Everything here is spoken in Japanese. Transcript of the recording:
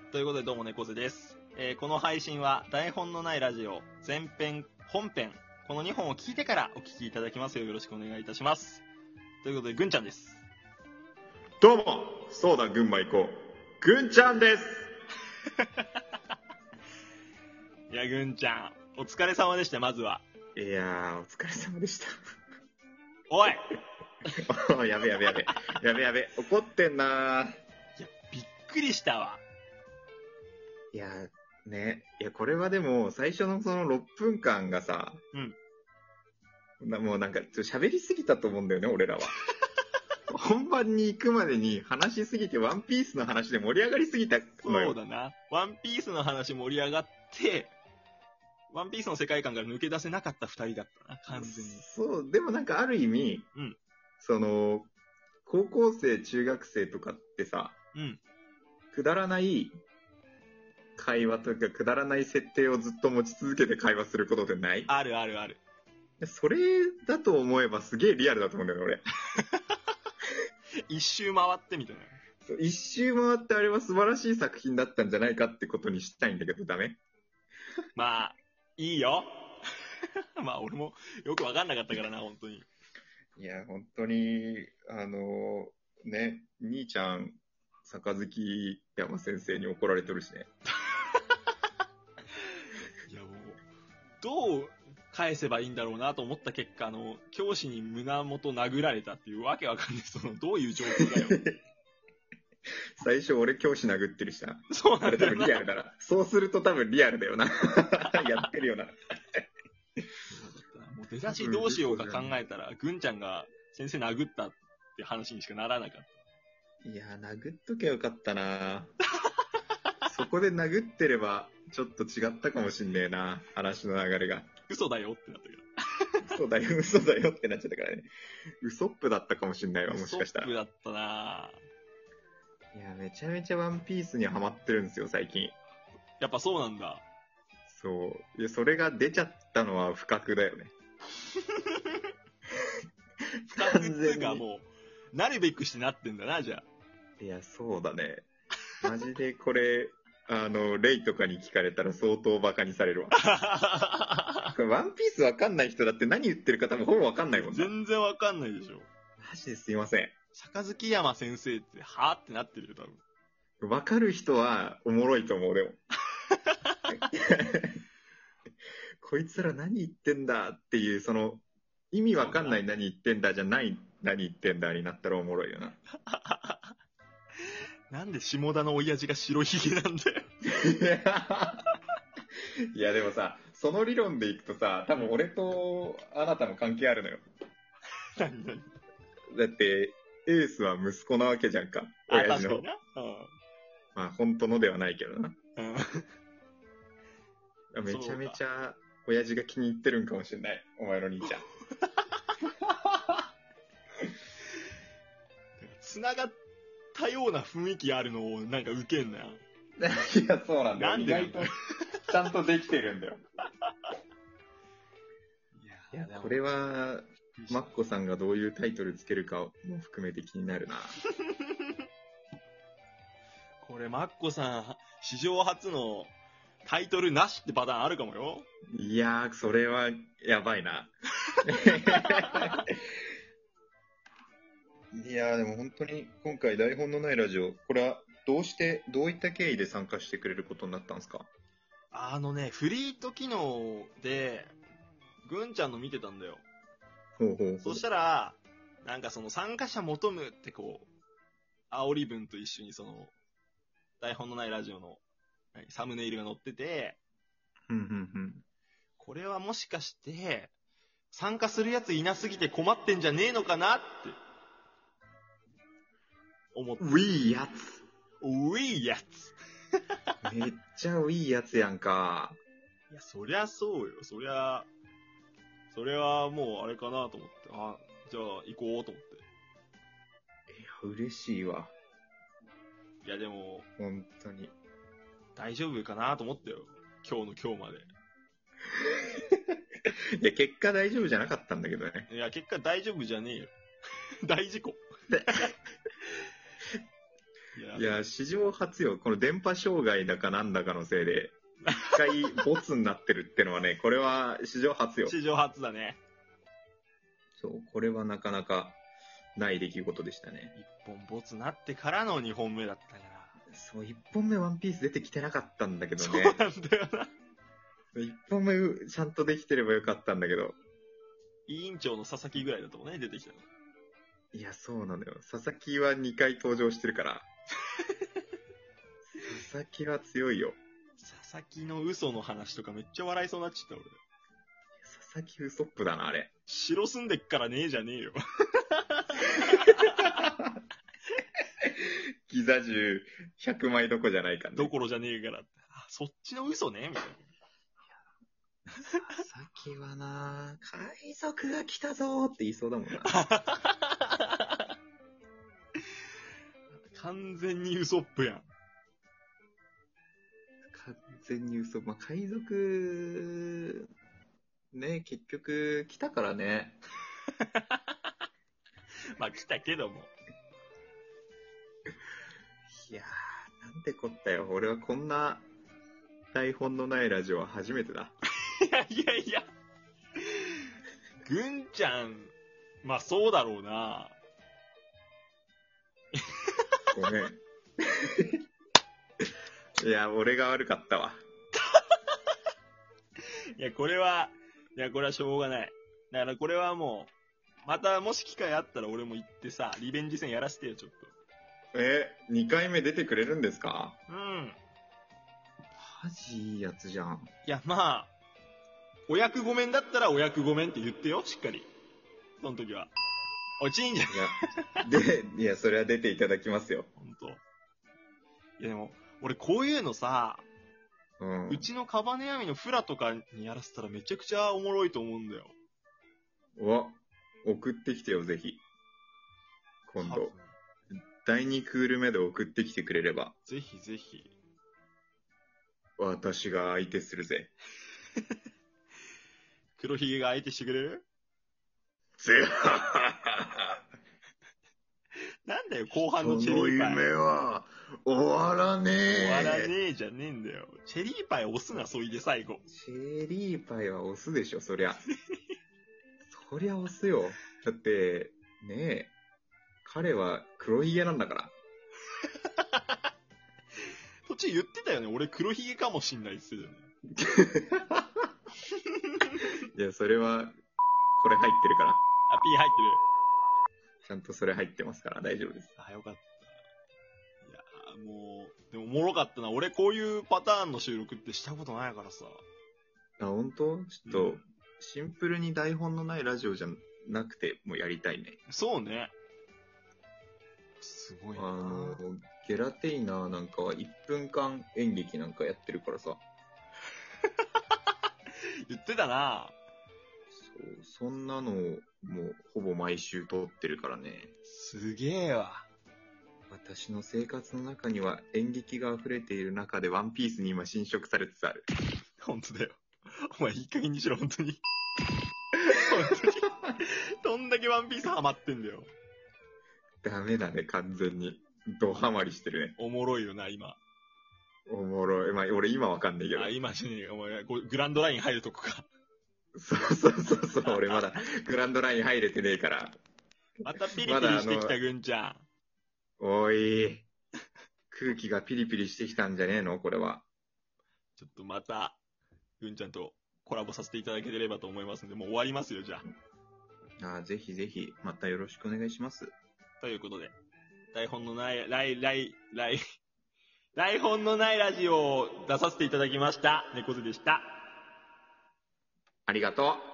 ということでどうも猫背です。この配信は台本のないラジオ、前編、本編、この2本を聞いてからお聞きいただきますよ。よろしくお願いいたします。ということで、ぐんちゃんです。 どうも、そうだ群馬行こう。ぐんちゃんです。 いや、ぐんちゃん、お疲れ様でした、まずは。 いやー、お疲れ様でした。 おいやべ、怒ってんなー。 いや、びっくりしたわ。 いや、これはでも、最初のその6分間がさ、もうなんか、ちょっと喋りすぎたと思うんだよね、俺らは。本番に行くまでに話しすぎて、ワンピースの話で盛り上がりすぎたのよ。 そうだな。ワンピースの話盛り上がって、ワンピースの世界観から抜け出せなかった2人だったな、完全に。 そう、でもなんかある意味、 うんその、高校生、中学生とかってさ、くだらない会話というか、くだらない設定をずっと持ち続けて会話することってない？ あるあるある。 それだと思えばすげえリアルだと思うんだよね、俺。 一周回ってみたいな。 そう一周回ってあれは素晴らしい作品だったんじゃないかってことにしたいんだけど、ダメ？ まあ、いいよ。まあ、俺もよくわかんなかったからな、本当に。 いや、本当に、兄ちゃん、杯山先生に怒られてるしね。 いや、もう、どう返せばいいんだろうなと思った結果、教師に胸元殴られたっていうわけわかんない。どういう状況だよ。 最初俺教師殴ってるしな。 そうなんだよな。 あれ多分リアルだな。そうすると多分リアルだよな。やってるよな。 もう出だしどうしようか考えたら、ぐんちゃんが先生殴ったって話にしかならなかった。 いやー、殴っときゃよかったな。そこで殴ってれば、ちょっと違ったかもしんねえな。話の流れが。 嘘だよってなったけど。 嘘だよってなっちゃったからね。ウソップだったかもしんないわ、もしかしたら。 ウソップだったないや、めちゃめちゃワンピースにハマってるんですよ、最近。 やっぱそうなんだ。 そう。いや、それが出ちゃったのは不覚だよね。 不覚っていうかもう、なるべくしてなってんだな、じゃあ。 いや、そうだね。マジでこれ、レイとかに聞かれたら相当バカにされるわ。これワンピースわかんない人だって何言ってるか多分ほぼわかんないもんな。 全然わかんないでしょ。 マジですいません。 杯山先生って、はぁってなってるよ、多分。 わかる人はおもろいと思う、でも。こいつら何言ってんだっていう、その、意味わかんない何言ってんだじゃない何言ってんだになったらおもろいよな。 なんで下田の親父が白ひげなんだよ。 いやでもさ、その理論でいくとさ、多分俺とあなたも関係あるのよ。 何だって、エースは息子なわけじゃんか。親父の。 な。 まあ本当のではないけどな。 うん。 めちゃめちゃ親父が気に入ってるんかもしれない。お前の兄ちゃん。 繋がったような雰囲気あるのをなんかウケんなよ。 いや、そうなんだよ。 なんで意外とちゃんとできてるんだよ。いや、これは、マッコさんがどういうタイトルつけるかも含めて気になるな。 これ、マッコさん、史上初のタイトルなしってパターンあるかもよ。 いやー、それはやばいな。いやー、でも本当に今回台本のないラジオ、これはどういった経緯で参加してくれることになったんですか？ フリート機能で、ぐんちゃんの見てたんだよ。 ほうほうほう。 そしたら、なんかその参加者求むってこう、煽り文と一緒にその、台本のないラジオのサムネイルが載ってて、これはもしかして、参加するやついなすぎて困ってんじゃねえのかなって思って。 ウィーやウィーやつ。 つ。めっちゃウィーやつやんか。 いや、そりゃそうよ。それはもうあれかなと思って。あ、じゃあ行こうと思って。 いや、嬉しいわ。 いや、でも、 本当に。 大丈夫かなと思ったよ。今日まで。 いや、結果大丈夫じゃなかったんだけどね。 いや、結果大丈夫じゃねえよ。大事故。 いや、史上初よ。この電波障害だかなんだかのせいで、一回ボツになってるってのはね、これは史上初よ。 史上初だね。 そう、これはなかなかない出来事でしたね。 一本ボツなってからの2本目だったから。 そう、1本目ワンピース出てきてなかったんだけどそうね。 なんだよな。 1本目ちゃんとできてればよかったんだけど。 委員長の佐々木ぐらいだとね、出てきたの。 いや、そうなのよ。佐々木は2回登場してるから。佐々木は強いよ。 佐々木の嘘の話とかめっちゃ笑いそうになっちゃった俺。 佐々木ウソップだな、あれ。 城住んでっからねえじゃねえよ。 ギザ銃100枚どこじゃないかね。 どころじゃねえからって。あ、そっちの嘘ねみたいな。 佐々木はな、海賊が来たぞーって言いそうだもんな。 完全にウソップやん。 完全に嘘。まあ、海賊、ね、結局来たからね。 まあ来たけども。 いやー、なんてこったよ。俺はこんな台本のないラジオは初めてだ。 いやいやいや。ぐんちゃん、まあそうだろうな。 ごめん。いや、俺が悪かったわ。 いや、これはしょうがない。だからこれはもう、またもし機会あったら俺も行ってさ、リベンジ戦やらせてよ、ちょっと。 2回目出てくれるんですか？ うん。 マジいいやつじゃん。 いや、まあ、お役御免だったらお役御免って言ってよ、しっかり。その時は。おちんじゃん。 いや、それは出ていただきますよ。 ほんと。いやでも、俺こういうのさ、うちのカバネアミのフラとかにやらせたらめちゃくちゃおもろいと思うんだよ。 送ってきてよ、ぜひ。今度。第2クール目で送ってきてくれれば。 ぜひぜひ。 私が相手するぜ。 黒ひげが相手してくれる？なんだよ、後半のチェリーパイ。 その夢は終わらねえ。 終わらねえじゃねえんだよ。チェリーパイ押すな、そいで最後。 チェリーパイは押すでしょ、そりゃ。そりゃ押すよ。だって、ねえ、彼は黒ひげなんだから。 途中言ってたよね、俺黒ひげかもしんないっすよね。 いや、それは、これ入ってるから。 あ、P 入ってる。 ちゃんとそれ入ってますから、大丈夫です。 あ、よかった。いやもう、でもおもろかったな。俺こういうパターンの収録ってしたことないからさ。 あ、本当？ちょっと、シンプルに台本のないラジオじゃなくてもやりたいね。 そうね。すごいな。 ゲラテイナーなんかは1分間演劇なんかやってるからさ。 言ってたな。 そう、そんなのをもうほぼ毎週撮ってるからね。 すげえわ。 私の生活の中には演劇が溢れている中でワンピースに今侵食されつつある。 本当だよ。お前いい加減にしろ、本当に。本当に。どんだけワンピースハマってんだよ。 ダメだね、完全に。ドハマりしてるね。 おもろいよな、今。 おもろい。まあ、俺今わかんないけど。 あ、今じゃねえよ。お前、グランドライン入るとこか。 そう、俺まだグランドライン入れてねえから。 またピリピリしてきた、ぐんちゃん。 おい。空気がピリピリしてきたんじゃねえのこれは。 ちょっとまた、ぐんちゃんとコラボさせていただければと思いますんで、もう終わりますよ、じゃあ。 ぜひぜひ、またよろしくお願いします。 ということで、台本のない、台本のないラジオを出させていただきました。猫背でした。 ありがとう。